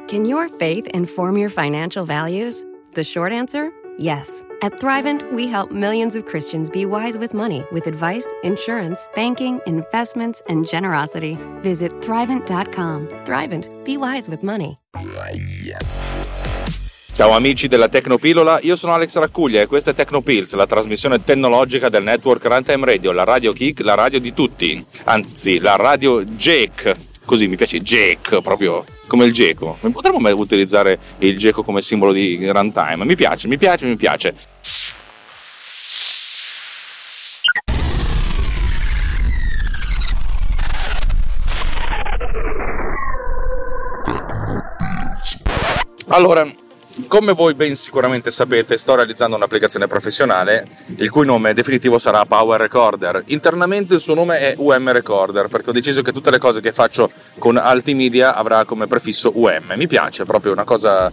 Can your faith inform your financial values? The short answer? Yes. At Thrivent, we help millions of Christians be wise with money with advice, insurance, banking, investments, and generosity. Visit Thrivent.com. Thrivent. Be wise with money. Ciao amici della Tecnopillola, io sono Alex Raccuglia e questa è Tecnopills, la trasmissione tecnologica del network Runtime Radio, la radio Kick, la radio di tutti, anzi la radio Geek, così mi piace Geek, proprio come il geco. Non potremmo mai utilizzare il geco come simbolo di runtime? Mi piace. Allora, come voi ben sicuramente sapete, sto realizzando un'applicazione professionale il cui nome definitivo sarà Power Recorder. Internamente il suo nome è UM Recorder, perché ho deciso che tutte le cose che faccio con Altimedia avrà come prefisso UM. Mi piace, proprio una cosa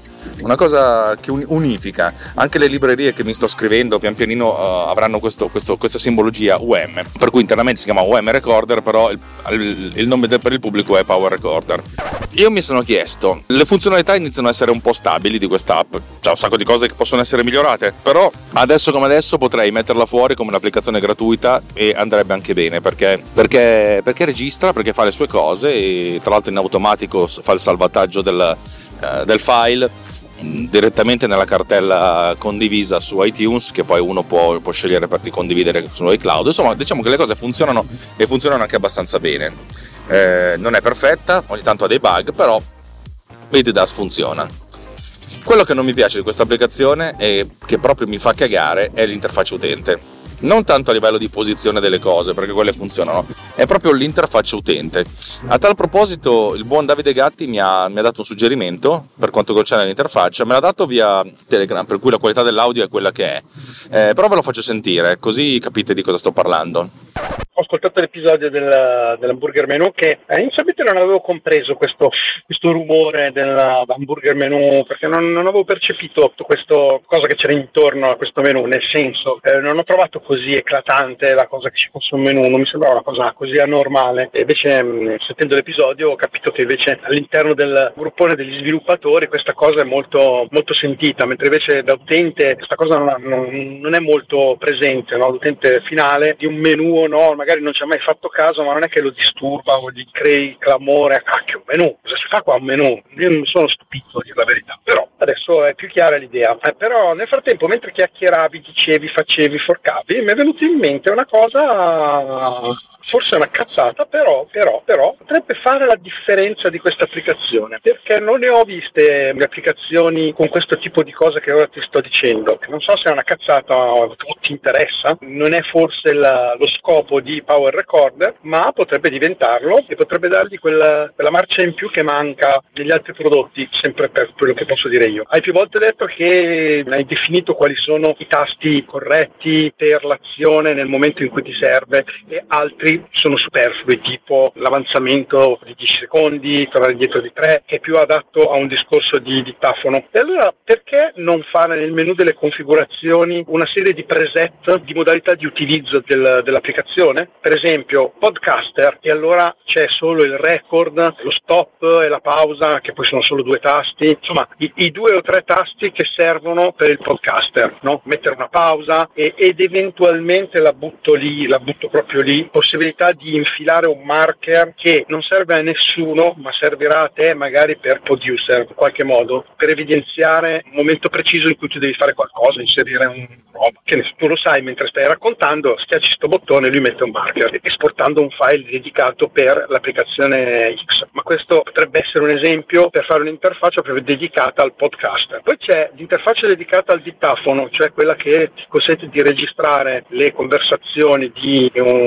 che unifica. Anche le librerie che mi sto scrivendo pian pianino avranno questa simbologia UM, per cui internamente si chiama UM Recorder, però il nome per il pubblico è Power Recorder. Io mi sono chiesto, le funzionalità iniziano a essere un po' stabili di quest'app, c'è un sacco di cose che possono essere migliorate, però adesso come adesso potrei metterla fuori come un'applicazione gratuita e andrebbe anche bene, perché registra, perché fa le sue cose e tra l'altro in automatico fa il salvataggio del file direttamente nella cartella condivisa su iTunes, che poi uno può scegliere per condividere su iCloud. Insomma, diciamo che le cose funzionano e funzionano anche abbastanza bene. Non è perfetta, ogni tanto ha dei bug, però VDDAS funziona. Quello che non mi piace di questa applicazione e che proprio mi fa cagare è l'interfaccia utente. Non tanto a livello di posizione delle cose, perché quelle funzionano, è proprio l'interfaccia utente. A tal proposito, il buon Davide Gatti mi ha dato un suggerimento per quanto concerne l'interfaccia, me l'ha dato via Telegram, per cui la qualità dell'audio è quella che è. Però ve lo faccio sentire, così capite di cosa sto parlando. Ho ascoltato l'episodio dell'hamburger menu che inizialmente non avevo compreso questo rumore dell'hamburger menu, perché non avevo percepito questa cosa che c'era intorno a questo menu, nel senso non ho trovato così eclatante la cosa che ci fosse un menu, non mi sembrava una cosa così anormale, e invece sentendo l'episodio ho capito che invece all'interno del gruppone degli sviluppatori questa cosa è molto, molto sentita, mentre invece da utente questa cosa non è molto presente, no? L'utente finale di un menu o no, magari non ci ha mai fatto caso, ma non è che lo disturba o gli crei clamore, che un menù, cosa si fa qua un menù? Io non sono stupito, a dire la verità, però adesso è più chiara l'idea. Però nel frattempo, mentre chiacchieravi, dicevi, facevi, forcavi, mi è venuta in mente una cosa, forse una cazzata, però potrebbe fare la differenza di questa applicazione, perché non ne ho viste le applicazioni con questo tipo di cose che ora ti sto dicendo, che non so se è una cazzata o ti interessa, non è forse lo scopo di Power Recorder, ma potrebbe diventarlo e potrebbe dargli quella marcia in più che manca negli altri prodotti, sempre per quello che posso dire io. Hai più volte detto che hai definito quali sono i tasti corretti per l'azione nel momento in cui ti serve, e altri sono superflui, tipo l'avanzamento di 10 secondi, tornare indietro di 3, che è più adatto a un discorso di dittafono. E allora perché non fare nel menu delle configurazioni una serie di preset di modalità di utilizzo dell'applicazione? Per esempio podcaster, e allora c'è solo il record, lo stop e la pausa, che poi sono solo 2 tasti, insomma i 2 o 3 tasti che servono per il podcaster, no? Mettere una pausa ed eventualmente la butto proprio lì, possibilità di infilare un marker che non serve a nessuno, ma servirà a te magari per producer in qualche modo, per evidenziare un momento preciso in cui tu devi fare qualcosa, inserire un roba, che tu lo sai, mentre stai raccontando schiacci sto bottone e lui mette un marker, esportando un file dedicato per l'applicazione X. Ma questo potrebbe essere un esempio per fare un'interfaccia proprio dedicata al podcaster. Poi c'è l'interfaccia dedicata al dittafono, cioè quella che ti consente di registrare le conversazioni di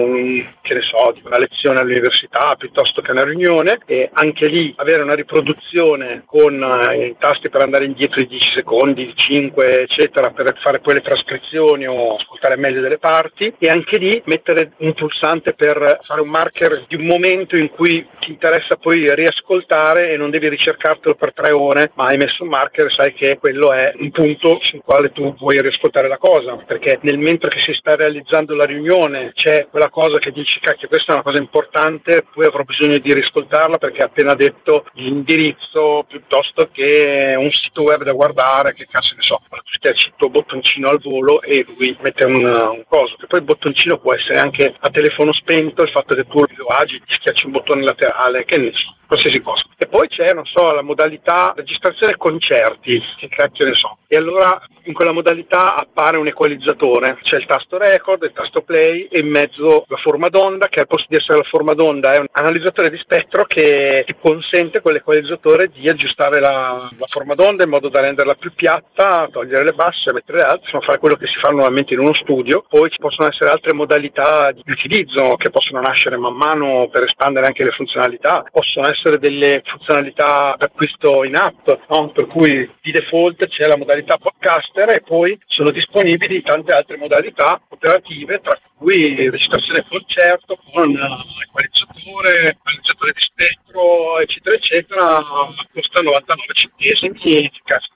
di una lezione all'università piuttosto che una riunione, e anche lì avere una riproduzione con i tasti per andare indietro di 10 secondi, di 5 eccetera, per fare poi le trascrizioni o ascoltare meglio delle parti, e anche lì mettere un pulsante per fare un marker di un momento in cui ti interessa poi riascoltare e non devi ricercartelo per 3 ore, ma hai messo un marker, sai che quello è un punto sul quale tu vuoi riascoltare la cosa, perché mentre che si sta realizzando la riunione c'è quella cosa che dici dici cacchio, questa è una cosa importante, poi avrò bisogno di riscoltarla perché ha appena detto l'indirizzo piuttosto che un sito web da guardare, che cazzo ne so, tu il tuo bottoncino al volo e lui mette un coso, che poi il bottoncino può essere anche a telefono spento, il fatto che tu lo agiti, schiacci un bottone laterale, che ne so, qualsiasi cosa. E poi c'è, non so, la modalità registrazione concerti, che cacchio ne so, e allora in quella modalità appare un equalizzatore, c'è il tasto record, il tasto play e in mezzo la forma d'onda, che al posto di essere la forma d'onda è un analizzatore di spettro che ti consente con l'equalizzatore di aggiustare la forma d'onda in modo da renderla più piatta, togliere le basse, mettere le alte, insomma fare quello che si fa normalmente in uno studio. Poi ci possono essere altre modalità di utilizzo che possono nascere man mano per espandere anche le funzionalità, possono essere delle funzionalità d'acquisto in app, no? Per cui di default c'è la modalità podcaster e poi sono disponibili tante altre modalità operative, tra cui registrazione concerto con equalizzatore di spettro, eccetera eccetera, costa 99 centesimi,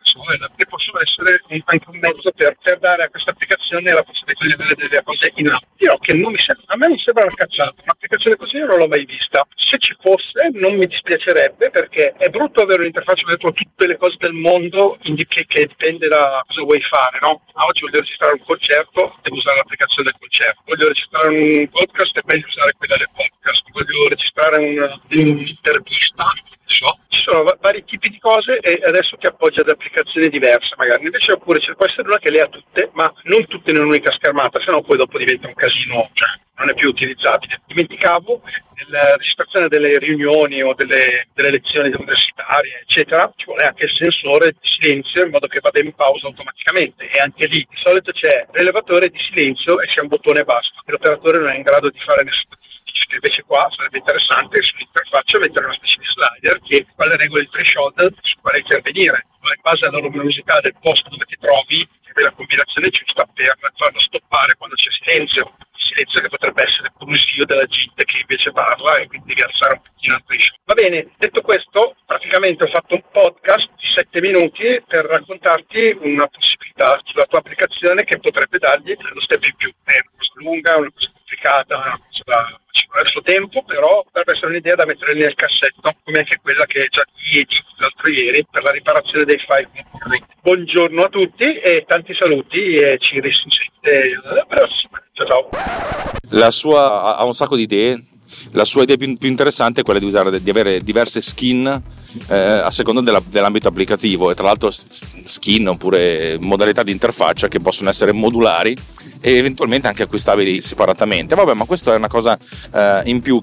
e possono essere anche un mezzo per dare a questa applicazione la possibilità di avere delle cose in app. Dirò che a me non sembra una cazzata, un'applicazione così io non l'ho mai vista. Se ci fosse non mi dispiacerebbe, perché è brutto avere un'interfaccia dentro tutte le cose del mondo che dipende da cosa vuoi fare, no? Oggi voglio registrare un concerto, devo usare l'applicazione del concerto, voglio registrare un podcast, è meglio usare quella del podcast, voglio registrare un'intervista, ci sono vari tipi di cose e adesso ti appoggia ad applicazioni diverse magari, invece oppure può essere una che le ha tutte, ma non tutte in un'unica schermata, sennò poi dopo diventa un casino, cioè non è più utilizzabile. Dimenticavo, nella registrazione delle riunioni o delle lezioni universitarie, eccetera, ci vuole anche il sensore di silenzio in modo che vada in pausa automaticamente, e anche lì di solito c'è l'elevatore di silenzio e c'è un bottone basta, e l'operatore non è in grado di fare nessuno. Invece qua sarebbe interessante sull'interfaccia mettere una specie di slider che fa le regole di threshold su quale intervenire, in base alla luminosità del posto dove ti trovi, che è la combinazione giusta per farlo stoppare quando c'è silenzio che potrebbe essere brusio della gente che invece parla, e quindi devi alzare un pochino il threshold. Va bene, detto questo, praticamente ho fatto un podcast di 7 minuti per raccontarti una possibilità sulla tua applicazione che potrebbe dargli lo step in più. È una cosa lunga, una cosa complicata, una cosa da ci vuole il suo tempo, però potrebbe essere un'idea da mettere nel cassetto, come anche quella che già di l'altro ieri per la riparazione dei file concorrenti. Buongiorno a tutti e tanti saluti e ci risente alla prossima. Ciao. La sua ha un sacco di idee. La sua idea più interessante è quella di avere diverse skin a seconda dell'ambito applicativo, e tra l'altro skin oppure modalità di interfaccia che possono essere modulari e eventualmente anche acquistabili separatamente. Vabbè, ma questa è una cosa in più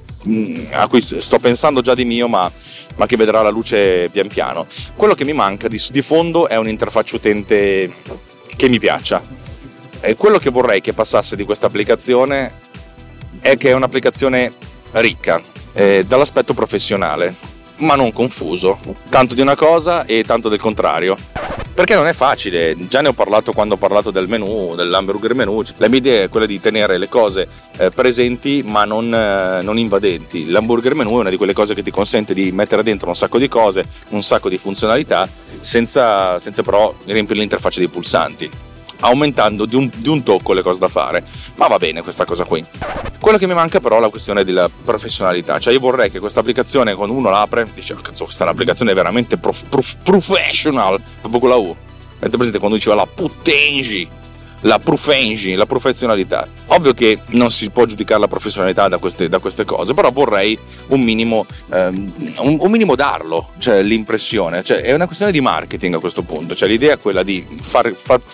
a cui sto pensando già di mio, ma che vedrà la luce pian piano. Quello che mi manca di fondo è un'interfaccia utente che mi piaccia. E quello che vorrei che passasse di questa applicazione è che è un'applicazione ricca dall'aspetto professionale, ma non confuso, tanto di una cosa e tanto del contrario, perché non è facile. Già ne ho parlato quando ho parlato del menu, dell'hamburger menu. La mia idea è quella di tenere le cose presenti ma non invadenti. L'hamburger menu è una di quelle cose che ti consente di mettere dentro un sacco di cose, un sacco di funzionalità, senza però riempire l'interfaccia dei pulsanti, aumentando di un tocco le cose da fare. Ma va bene questa cosa qui. Quello che mi manca però è la questione della professionalità. Cioè io vorrei che questa applicazione, quando uno l'apre, dice oh, cazzo, questa è un'applicazione veramente professional, proprio con la U. Avete presente quando diceva la professionalità? Ovvio che non si può giudicare la professionalità da queste cose, però vorrei un minimo darlo, cioè l'impressione, cioè è una questione di marketing a questo punto. Cioè l'idea è quella di far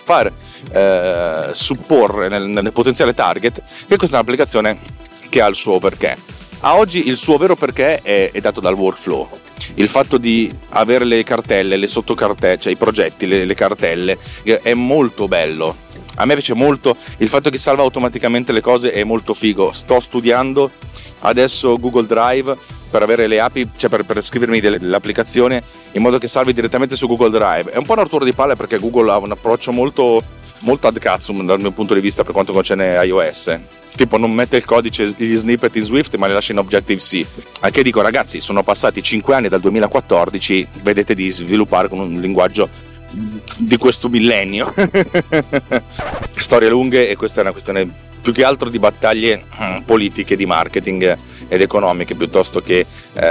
supporre nel potenziale target che questa è un'applicazione che ha il suo perché. A oggi il suo vero perché è dato dal workflow. Il fatto di avere le cartelle, le sottocartelle, cioè i progetti, le cartelle, è molto bello. A me piace molto il fatto che salva automaticamente le cose, è molto figo. Sto studiando adesso Google Drive per avere le API, cioè per scrivermi l'applicazione in modo che salvi direttamente su Google Drive. È un po' una rottura di palle perché Google ha un approccio molto ad cazzo dal mio punto di vista per quanto concerne iOS. Tipo non mette il codice, gli snippet in Swift, ma li lascia in Objective-C. Anche dico ragazzi, sono passati 5 anni dal 2014, vedete di sviluppare con un linguaggio di questo millennio. Storie lunghe, e questa è una questione più che altro di battaglie politiche, di marketing ed economiche piuttosto che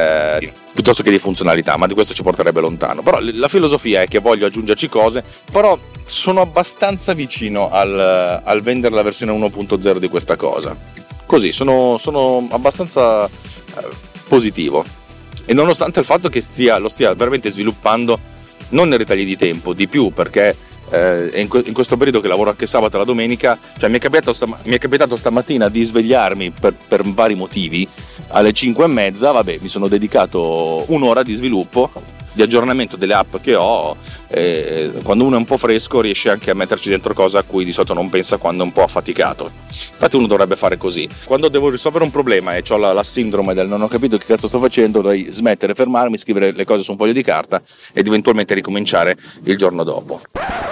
di funzionalità, ma di questo ci porterebbe lontano. Però la filosofia è che voglio aggiungerci cose, però sono abbastanza vicino al vendere la versione 1.0 di questa cosa. Così sono abbastanza positivo, e nonostante il fatto che lo stia veramente sviluppando, non nei ritagli di tempo, di più, perché in questo periodo che lavoro anche sabato e la domenica, cioè mi è capitato stamattina di svegliarmi per vari motivi alle 5:30, vabbè, mi sono dedicato un'ora di sviluppo, di aggiornamento delle app che ho. Quando uno è un po' fresco riesce anche a metterci dentro cose a cui di solito non pensa quando è un po' affaticato. Infatti uno dovrebbe fare così: quando devo risolvere un problema e ho la sindrome del non ho capito che cazzo sto facendo, dovrei smettere, fermarmi, scrivere le cose su un foglio di carta ed eventualmente ricominciare il giorno dopo.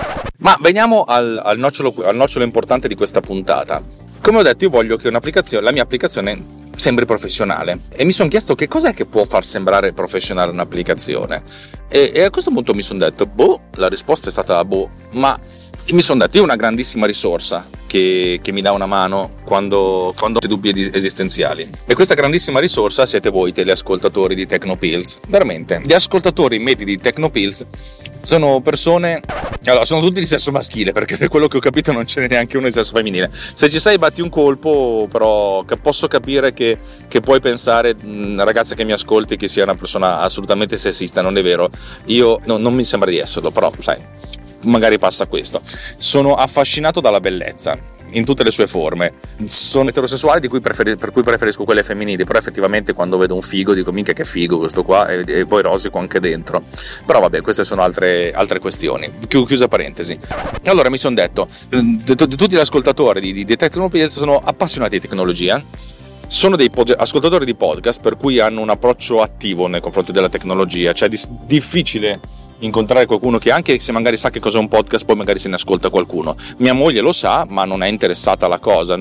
Ma veniamo al nocciolo importante di questa puntata. Come ho detto, io voglio che la mia applicazione sembri professionale, e mi sono chiesto che cos'è che può far sembrare professionale un'applicazione, e a questo punto mi sono detto la risposta è stata ma mi sono detto, io ho una grandissima risorsa che mi dà una mano quando ho dubbi esistenziali, e questa grandissima risorsa siete voi teleascoltatori di Tecnopills. Veramente, gli ascoltatori medi di Tecnopills sono persone, sono tutti di sesso maschile, perché per quello che ho capito non ce n'è neanche uno di sesso femminile. Se ci sei batti un colpo, però posso capire che puoi pensare, ragazza che mi ascolti, che sia una persona assolutamente sessista. Non è vero, io non mi sembra di esserlo, però sai, magari passa questo. Sono affascinato dalla bellezza in tutte le sue forme. Sono eterosessuale, per cui preferisco quelle femminili, però effettivamente quando vedo un figo dico minchia che figo questo qua, e poi rosico anche dentro. Però vabbè, queste sono altre questioni. Chiusa parentesi. E allora mi sono detto, tutti gli ascoltatori di Tecnopills sono appassionati di tecnologia, sono dei ascoltatori di podcast, per cui hanno un approccio attivo nei confronti della tecnologia. Cioè difficile incontrare qualcuno che, anche se magari sa che cos'è un podcast, poi magari se ne ascolta qualcuno. Mia moglie lo sa, ma non è interessata alla cosa,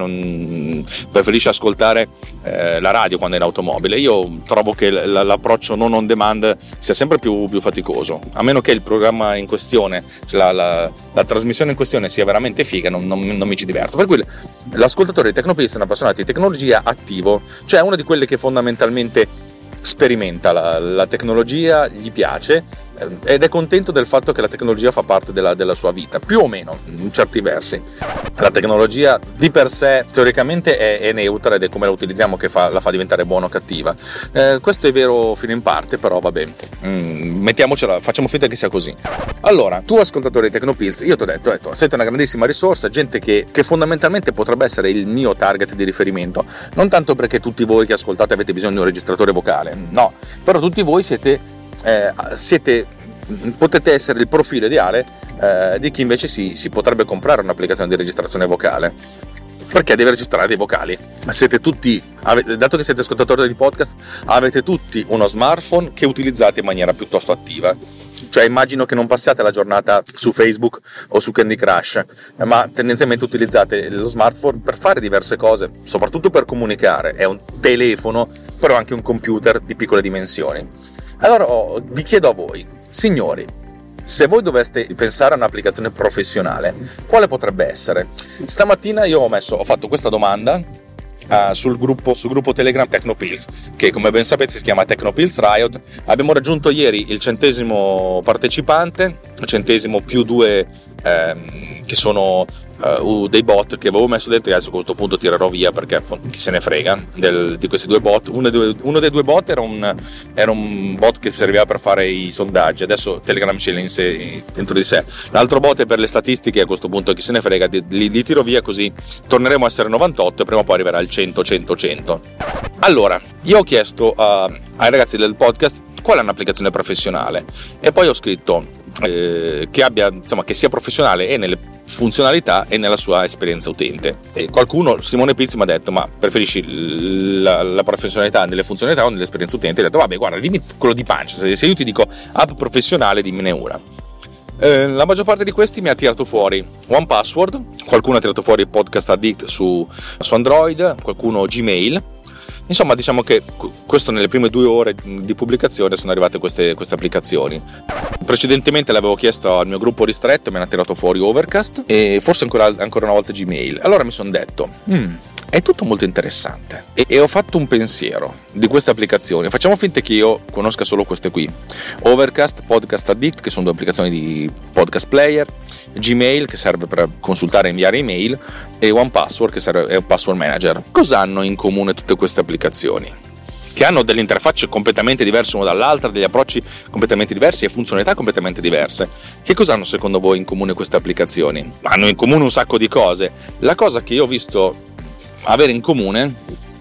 preferisce ascoltare la radio quando è in automobile. Io trovo che l'approccio non on demand sia sempre più faticoso, a meno che il programma in questione, cioè la trasmissione in questione sia veramente figa, non mi ci diverto. Per cui l'ascoltatore di Tecnopills è un appassionato di tecnologia attivo, cioè uno di quelli che fondamentalmente sperimenta la tecnologia, gli piace ed è contento del fatto che la tecnologia fa parte della sua vita, più o meno, in certi versi. La tecnologia di per sé teoricamente è neutra, ed è come la utilizziamo che la fa diventare buona o cattiva. Questo è vero fino in parte, però vabbè, mettiamocela, facciamo finta che sia così. Allora, tu ascoltatore di Tecnopills, io ti ho detto, siete una grandissima risorsa, gente che fondamentalmente potrebbe essere il mio target di riferimento, non tanto perché tutti voi che ascoltate avete bisogno di un registratore vocale, no, però tutti voi potete essere il profilo ideale di chi invece si potrebbe comprare un'applicazione di registrazione vocale, perché deve registrare dei vocali. Siete tutti, dato che siete ascoltatori di podcast, avete tutti uno smartphone che utilizzate in maniera piuttosto attiva. Cioè immagino che non passiate la giornata su Facebook o su Candy Crush, ma tendenzialmente utilizzate lo smartphone per fare diverse cose, soprattutto per comunicare. È un telefono, però anche un computer di piccole dimensioni. Allora vi chiedo a voi, signori, se voi doveste pensare a un'applicazione professionale, quale potrebbe essere? Stamattina io ho fatto questa domanda sul gruppo Telegram Tecnopills, che come ben sapete si chiama Tecnopills Riot. Abbiamo raggiunto ieri il 100° partecipante, 100° più 2 che sono dei bot che avevo messo dentro, e adesso a questo punto tirerò via perché chi se ne frega di questi due bot. Uno dei due bot era un bot che serviva per fare i sondaggi, adesso Telegram ce l'ha dentro di sé. L'altro bot è per le statistiche, a questo punto chi se ne frega, li tiro via, così torneremo a essere 98 e prima o poi arriverà il 100. Allora, io ho chiesto ai ragazzi del podcast qual è un'applicazione professionale, e poi ho scritto che sia professionale e nelle funzionalità e nella sua esperienza utente. E qualcuno, Simone Pizzi, mi ha detto: ma preferisci la professionalità nelle funzionalità o nell'esperienza utente? E ho detto: vabbè, guarda, dimmi quello di pancia, se io ti dico app professionale dimmene una. La maggior parte di questi mi ha tirato fuori OnePassword, qualcuno ha tirato fuori Podcast Addict su Android, qualcuno Gmail, Insomma, diciamo che questo nelle prime 2 ore di pubblicazione sono arrivate queste applicazioni. Precedentemente l'avevo chiesto al mio gruppo ristretto, mi hanno tirato fuori Overcast e forse ancora una volta Gmail. Allora mi sono detto, è tutto molto interessante e ho fatto un pensiero di queste applicazioni. Facciamo finta che io conosca solo queste qui: Overcast, Podcast Addict, che sono 2 applicazioni di podcast player, Gmail, che serve per consultare e inviare email, e OnePassword, che è un password manager. Cosa hanno in comune tutte queste applicazioni? Che hanno delle interfacce completamente diverse una dall'altra, degli approcci completamente diversi e funzionalità completamente diverse. Che cosa hanno secondo voi in comune queste applicazioni? Hanno in comune un sacco di cose. La cosa che io ho visto avere in comune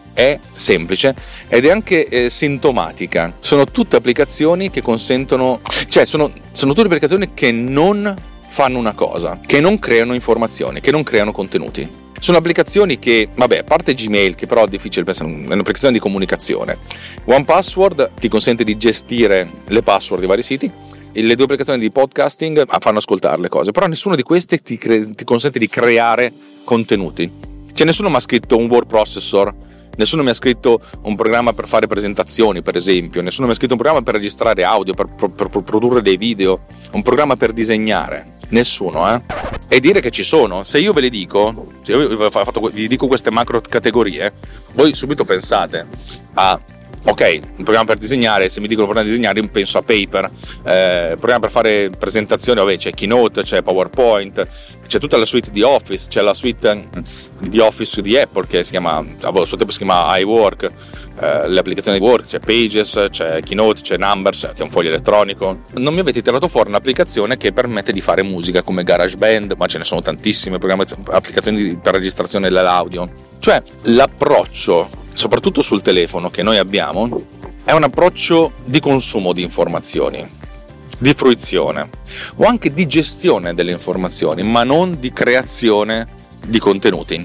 è semplice ed è anche sintomatica. Sono tutte applicazioni che consentono, cioè sono tutte applicazioni che non fanno una cosa, che non creano informazioni, che non creano contenuti. Sono applicazioni che, vabbè, a parte Gmail, che però è difficile pensare, è un'applicazione di comunicazione. OnePassword ti consente di gestire le password di vari siti. Le 2 applicazioni di podcasting fanno ascoltare le cose, però nessuna di queste ti consente di creare contenuti. Cioè nessuno mi ha scritto un word processor, nessuno mi ha scritto un programma per fare presentazioni, per esempio, nessuno mi ha scritto un programma per registrare audio, per produrre dei video, un programma per disegnare. Nessuno, E dire che ci sono, se io ve le dico, se io vi dico queste macro categorie, voi subito pensate a, ok, un programma per disegnare. Se mi dicono programma per disegnare, io penso a Paper, programma per fare presentazioni, vabbè, c'è Keynote, c'è PowerPoint, c'è tutta la suite di Office, c'è la suite di Office di Apple che si chiama, a suo tempo si chiama iWork, le applicazioni di Work, c'è Pages, c'è Keynote, c'è Numbers, che è un foglio elettronico. Non mi avete tirato fuori un'applicazione che permette di fare musica come GarageBand, ma ce ne sono tantissime, applicazioni per registrazione dell'audio. Cioè l'approccio, soprattutto sul telefono, che noi abbiamo, è un approccio di consumo di informazioni, di fruizione o anche di gestione delle informazioni, ma non di creazione di contenuti.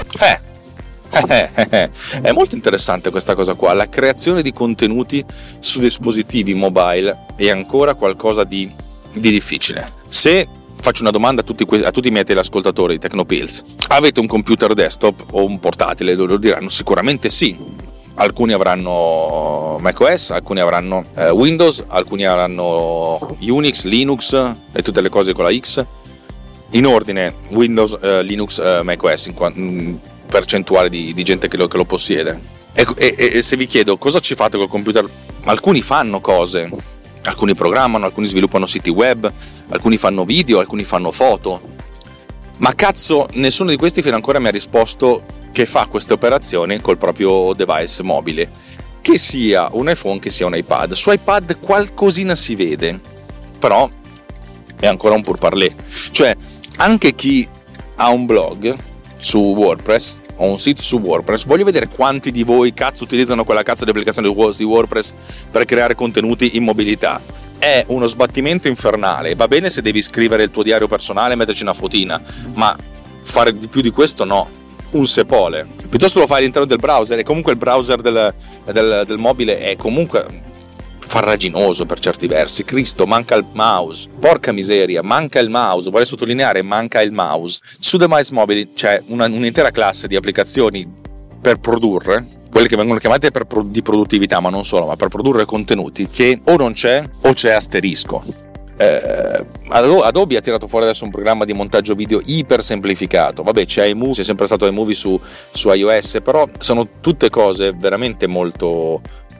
È molto interessante questa cosa qua. La creazione di contenuti su dispositivi mobile è ancora qualcosa di difficile. Se faccio una domanda a tutti i miei teleascoltatori di Tecnopills: avete un computer desktop o un portatile? Loro diranno sicuramente sì. Alcuni avranno macOS, alcuni avranno Windows, alcuni avranno Unix, Linux e tutte le cose con la X. In ordine: Windows, Linux, macOS, in percentuale di gente che lo possiede. E se vi chiedo cosa ci fate col computer, alcuni fanno cose, alcuni programmano, alcuni sviluppano siti web, alcuni fanno video, alcuni fanno foto, ma cazzo, nessuno di questi fino ancora mi ha risposto che fa queste operazioni col proprio device mobile, che sia un iPhone, che sia un iPad. Su iPad qualcosina si vede, però è ancora un pourparlers. Cioè anche chi ha un blog su WordPress o un sito su WordPress, voglio vedere quanti di voi cazzo utilizzano quella cazzo di applicazione di WordPress per creare contenuti in mobilità. È uno sbattimento infernale. Va bene se devi scrivere il tuo diario personale e metterci una fotina, ma fare di più di questo no, un sepole. Piuttosto lo fai all'interno del browser, e comunque il browser del mobile è comunque farraginoso per certi versi. Cristo, manca il mouse, porca miseria, manca il mouse, vorrei sottolineare, manca il mouse. Su device mobili c'è un'intera classe di applicazioni per produrre, quelle che vengono chiamate di produttività, ma non solo, ma per produrre contenuti, che o non c'è o c'è asterisco. Adobe ha tirato fuori adesso un programma di montaggio video iper semplificato. Vabbè, c'è iMovie, c'è sempre stato iMovie su iOS, però sono tutte cose veramente molto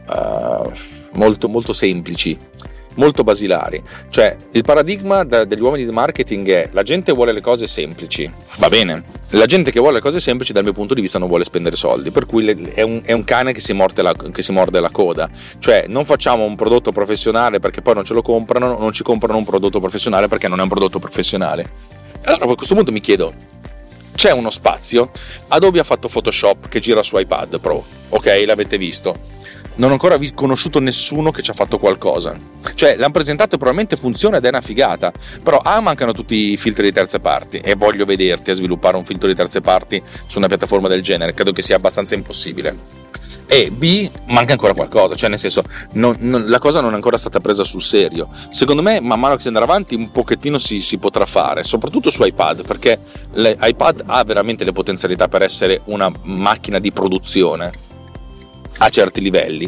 semplici, molto basilari. Cioè il paradigma degli uomini di marketing è: la gente vuole le cose semplici, va bene, la gente che vuole le cose semplici dal mio punto di vista non vuole spendere soldi, per cui è un cane che si morde la coda. Cioè non facciamo un prodotto professionale perché poi non ce lo comprano, non ci comprano un prodotto professionale perché non è un prodotto professionale. Allora a questo punto mi chiedo: c'è uno spazio? Adobe ha fatto Photoshop che gira su iPad Pro, ok, l'avete visto? Non ho ancora conosciuto nessuno che ci ha fatto qualcosa. Cioè l'hanno presentato e probabilmente funziona ed è una figata, però mancano tutti i filtri di terze parti, e voglio vederti a sviluppare un filtro di terze parti su una piattaforma del genere. Credo che sia abbastanza impossibile. E B, manca ancora qualcosa, cioè nel senso la cosa non è ancora stata presa sul serio. Secondo me man mano che si andrà avanti un pochettino si potrà fare, soprattutto su iPad, perché l'iPad ha veramente le potenzialità per essere una macchina di produzione. a certi livelli.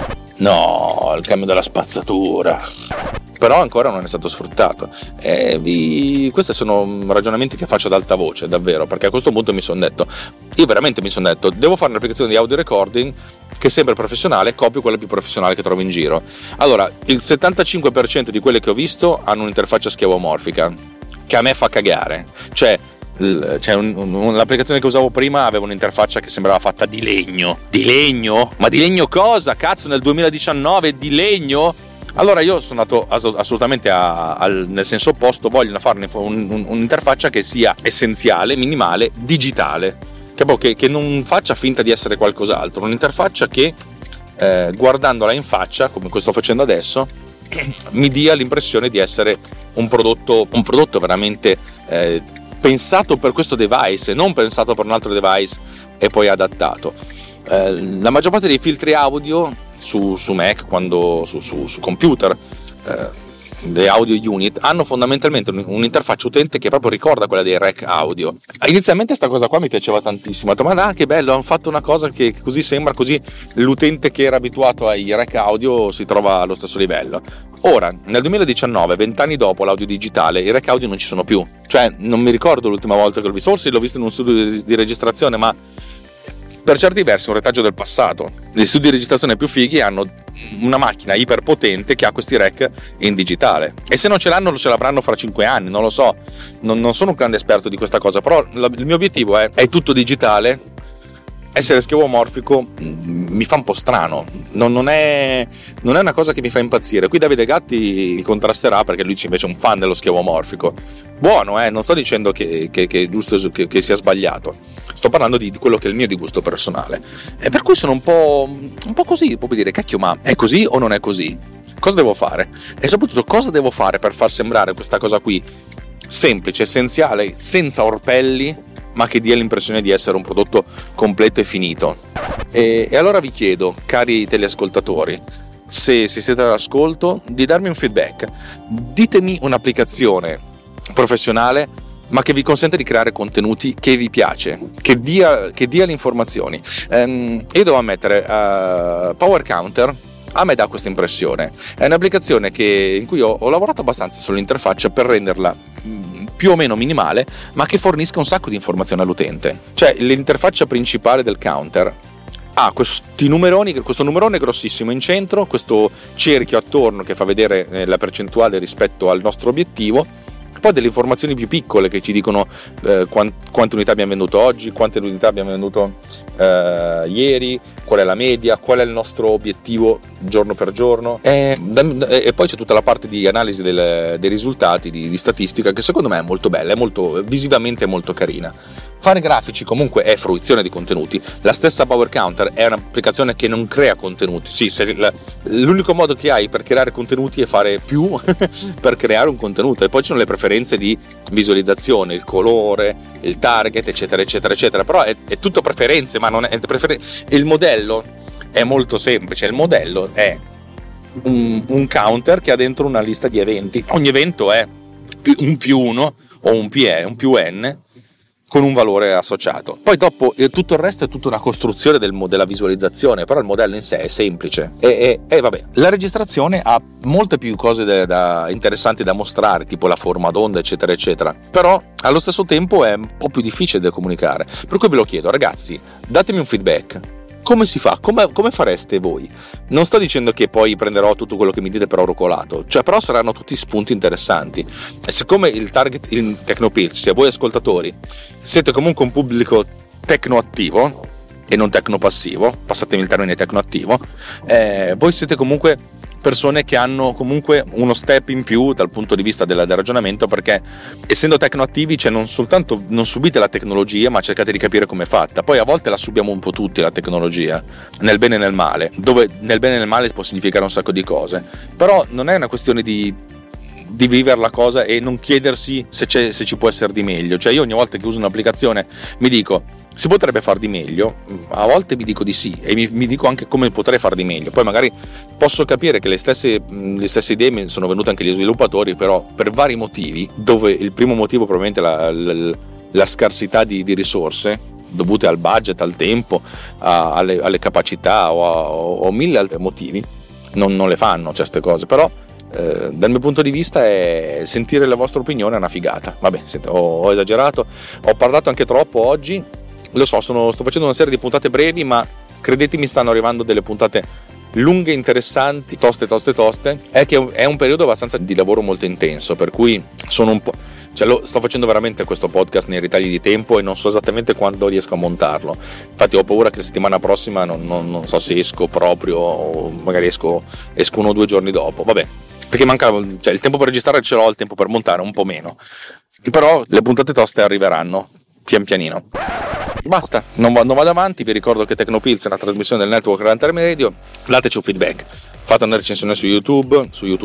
No, il cambio della spazzatura, però ancora non è stato sfruttato. Questi sono ragionamenti che faccio ad alta voce, davvero, perché a questo punto mi sono detto, devo fare un'applicazione di audio recording che sembra professionale, copio quella più professionale che trovo in giro. Allora, il 75% di quelle che ho visto hanno un'interfaccia schiavomorfica, che a me fa cagare. L'applicazione che usavo prima aveva un'interfaccia che sembrava fatta di legno. Di legno? Ma di legno cosa? Cazzo, nel 2019 di legno? Allora io sono andato assolutamente nel senso opposto, voglio farne un'interfaccia che sia essenziale, minimale, digitale, che non faccia finta di essere qualcos'altro, un'interfaccia che guardandola in faccia, come sto facendo adesso, mi dia l'impressione di essere un prodotto veramente pensato per questo device e non pensato per un altro device e poi adattato. La maggior parte dei filtri audio su Mac, su computer, le audio unit hanno fondamentalmente un'interfaccia utente che proprio ricorda quella dei rec audio. Inizialmente sta cosa qua mi piaceva tantissimo, ho detto, ma che bello, hanno fatto una cosa che così sembra, così l'utente che era abituato ai rec audio si trova allo stesso livello. Ora, nel 2019, 20 anni dopo l'audio digitale, i rec audio non ci sono più, cioè non mi ricordo l'ultima volta che l'ho visto, forse l'ho visto in un studio di registrazione, ma per certi versi un retaggio del passato. Gli studi di registrazione più fighi hanno una macchina iperpotente che ha questi rec in digitale, e se non ce l'hanno ce l'avranno fra 5 anni, non lo so, non sono un grande esperto di questa cosa, però il mio obiettivo è tutto digitale. Essere schiavomorfico mi fa un po' strano, non è una cosa che mi fa impazzire. Qui Davide Gatti contrasterà, perché lui invece è un fan dello schiavomorfico. Buono, non sto dicendo che è giusto, che sia sbagliato, sto parlando di quello che è il mio disgusto personale, e per cui sono un po' così, puoi dire, cacchio, ma è così o non è così? Cosa devo fare? E soprattutto cosa devo fare per far sembrare questa cosa qui semplice, essenziale, senza orpelli, ma che dia l'impressione di essere un prodotto completo e finito. E allora vi chiedo, cari teleascoltatori, se siete all'ascolto, di darmi un feedback. Ditemi un'applicazione professionale ma che vi consente di creare contenuti che vi piace, che dia le informazioni. Io devo ammettere, Power Counter a me dà questa impressione. È un'applicazione in cui ho lavorato abbastanza sull'interfaccia per renderla più o meno minimale, ma che fornisca un sacco di informazioni all'utente. Cioè, l'interfaccia principale del counter ha questo numerone grossissimo in centro, questo cerchio attorno che fa vedere la percentuale rispetto al nostro obiettivo, poi delle informazioni più piccole che ci dicono quante unità abbiamo venduto oggi, quante unità abbiamo venduto ieri, qual è la media, qual è il nostro obiettivo giorno per giorno, e poi c'è tutta la parte di analisi dei risultati, di statistica, che secondo me è molto bella, visivamente molto carina. Fare grafici comunque è fruizione di contenuti. La stessa Power Counter è un'applicazione che non crea contenuti. Sì, l'unico modo che hai per creare contenuti è fare più per creare un contenuto, e poi ci sono le preferenze di visualizzazione, il colore, il target, eccetera eccetera eccetera, però è tutto preferenze, ma non è il modello è molto semplice. Il modello è un counter che ha dentro una lista di eventi. Ogni evento è un +1 o un più n con un valore associato. Poi dopo tutto il resto è tutta una costruzione della visualizzazione, però il modello in sé è semplice. E vabbè, la registrazione ha molte più cose interessanti da mostrare, tipo la forma d'onda, eccetera eccetera, però allo stesso tempo è un po' più difficile da comunicare. Per cui ve lo chiedo, ragazzi, datemi un feedback. Come si fa? Come fareste voi? Non sto dicendo che poi prenderò tutto quello che mi dite per oro colato, cioè, però saranno tutti spunti interessanti. E siccome il target in Tecnopills, cioè voi ascoltatori, siete comunque un pubblico tecnoattivo e non tecnopassivo, passatemi il termine tecnoattivo, voi siete comunque persone che hanno comunque uno step in più dal punto di vista del ragionamento, perché essendo tecnoattivi, cioè non soltanto non subite la tecnologia, ma cercate di capire come è fatta. Poi a volte la subiamo un po' tutti la tecnologia, nel bene e nel male, dove nel bene e nel male può significare un sacco di cose, però non è una questione di vivere la cosa e non chiedersi se ci può essere di meglio. Cioè, io ogni volta che uso un'applicazione mi dico: si potrebbe far di meglio? A volte mi dico di sì, e mi dico anche come potrei far di meglio. Poi magari posso capire che le stesse idee mi sono venute anche agli sviluppatori, però per vari motivi, dove il primo motivo probabilmente è la scarsità di risorse, dovute al budget, al tempo, alle capacità o mille altri motivi, non le fanno queste cose. Però dal mio punto di vista sentire la vostra opinione è una figata. Vabbè, ho esagerato, ho parlato anche troppo oggi, lo so, sto facendo una serie di puntate brevi, ma credetemi, stanno arrivando delle puntate lunghe, interessanti, toste. È che è un periodo abbastanza di lavoro molto intenso, per cui sono un po', sto facendo veramente questo podcast nei ritagli di tempo e non so esattamente quando riesco a montarlo. Infatti ho paura che la settimana prossima non so se esco proprio, o magari esco 1 o 2 giorni dopo. Vabbè, perché manca, il tempo per registrare ce l'ho, il tempo per montare un po' meno, però le puntate toste arriveranno pian pianino. Basta, non vado avanti. Vi ricordo che Tecnopills è una trasmissione del network Runtime Radio. Dateci un feedback, fate una recensione su YouTube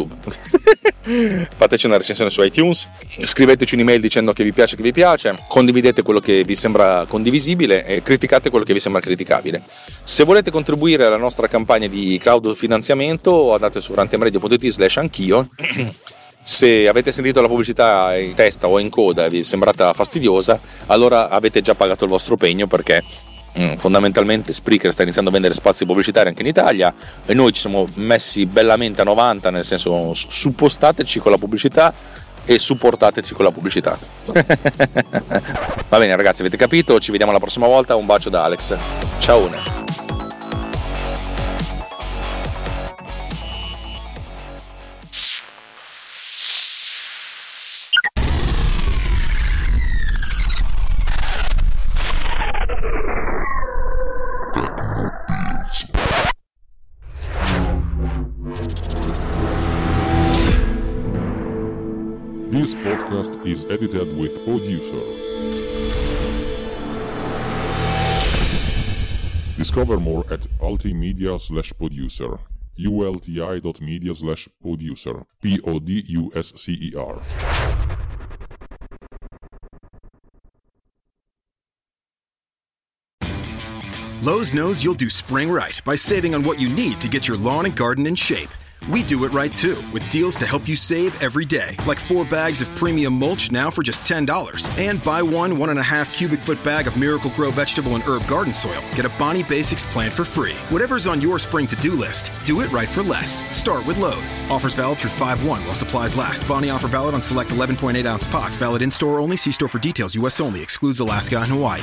fateci una recensione su iTunes, scriveteci un'email dicendo che vi piace, condividete quello che vi sembra condivisibile e criticate quello che vi sembra criticabile. Se volete contribuire alla nostra campagna di crowd finanziamento, andate su runtimeradio.it/anch'io. Se avete sentito la pubblicità in testa o in coda e vi è sembrata fastidiosa, allora avete già pagato il vostro pegno, perché fondamentalmente Spreaker sta iniziando a vendere spazi pubblicitari anche in Italia e noi ci siamo messi bellamente a 90, nel senso, suppostateci con la pubblicità e supportateci con la pubblicità. Va bene ragazzi, avete capito? Ci vediamo la prossima volta. Un bacio da Alex, ciao. This podcast is edited with Producer. Discover more at ultimedia/producer. ulti.media/producer. PODUSCER. Lowe's knows you'll do spring right by saving on what you need to get your lawn and garden in shape. We do it right too, with deals to help you save every day, like 4 bags of premium mulch now for just $10. And buy 1.5 cubic foot bag of Miracle-Gro vegetable and herb garden soil. Get a Bonnie Basics plan for free. Whatever's on your spring to-do list, do it right for less. Start with Lowe's. Offers valid through 5/1 while supplies last. Bonnie offer valid on select 11.8 ounce pots. Valid in-store only. See store for details. U.S. only. Excludes Alaska and Hawaii.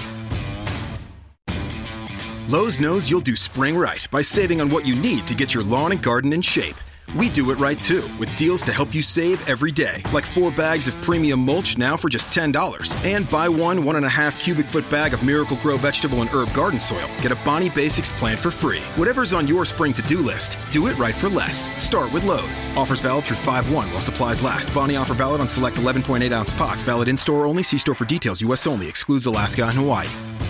Lowe's knows you'll do spring right by saving on what you need to get your lawn and garden in shape. We do it right too, with deals to help you save every day, like 4 bags of premium mulch now for just $10. And buy 1.5 cubic foot bag of Miracle-Gro vegetable and herb garden soil. Get a Bonnie Basics plan for free. Whatever's on your spring to-do list, do it right for less. Start with Lowe's. Offers valid through 5/1 while supplies last. Bonnie offer valid on select 11.8 ounce pots. Valid in-store only. See store for details. U.S. only. Excludes Alaska and Hawaii.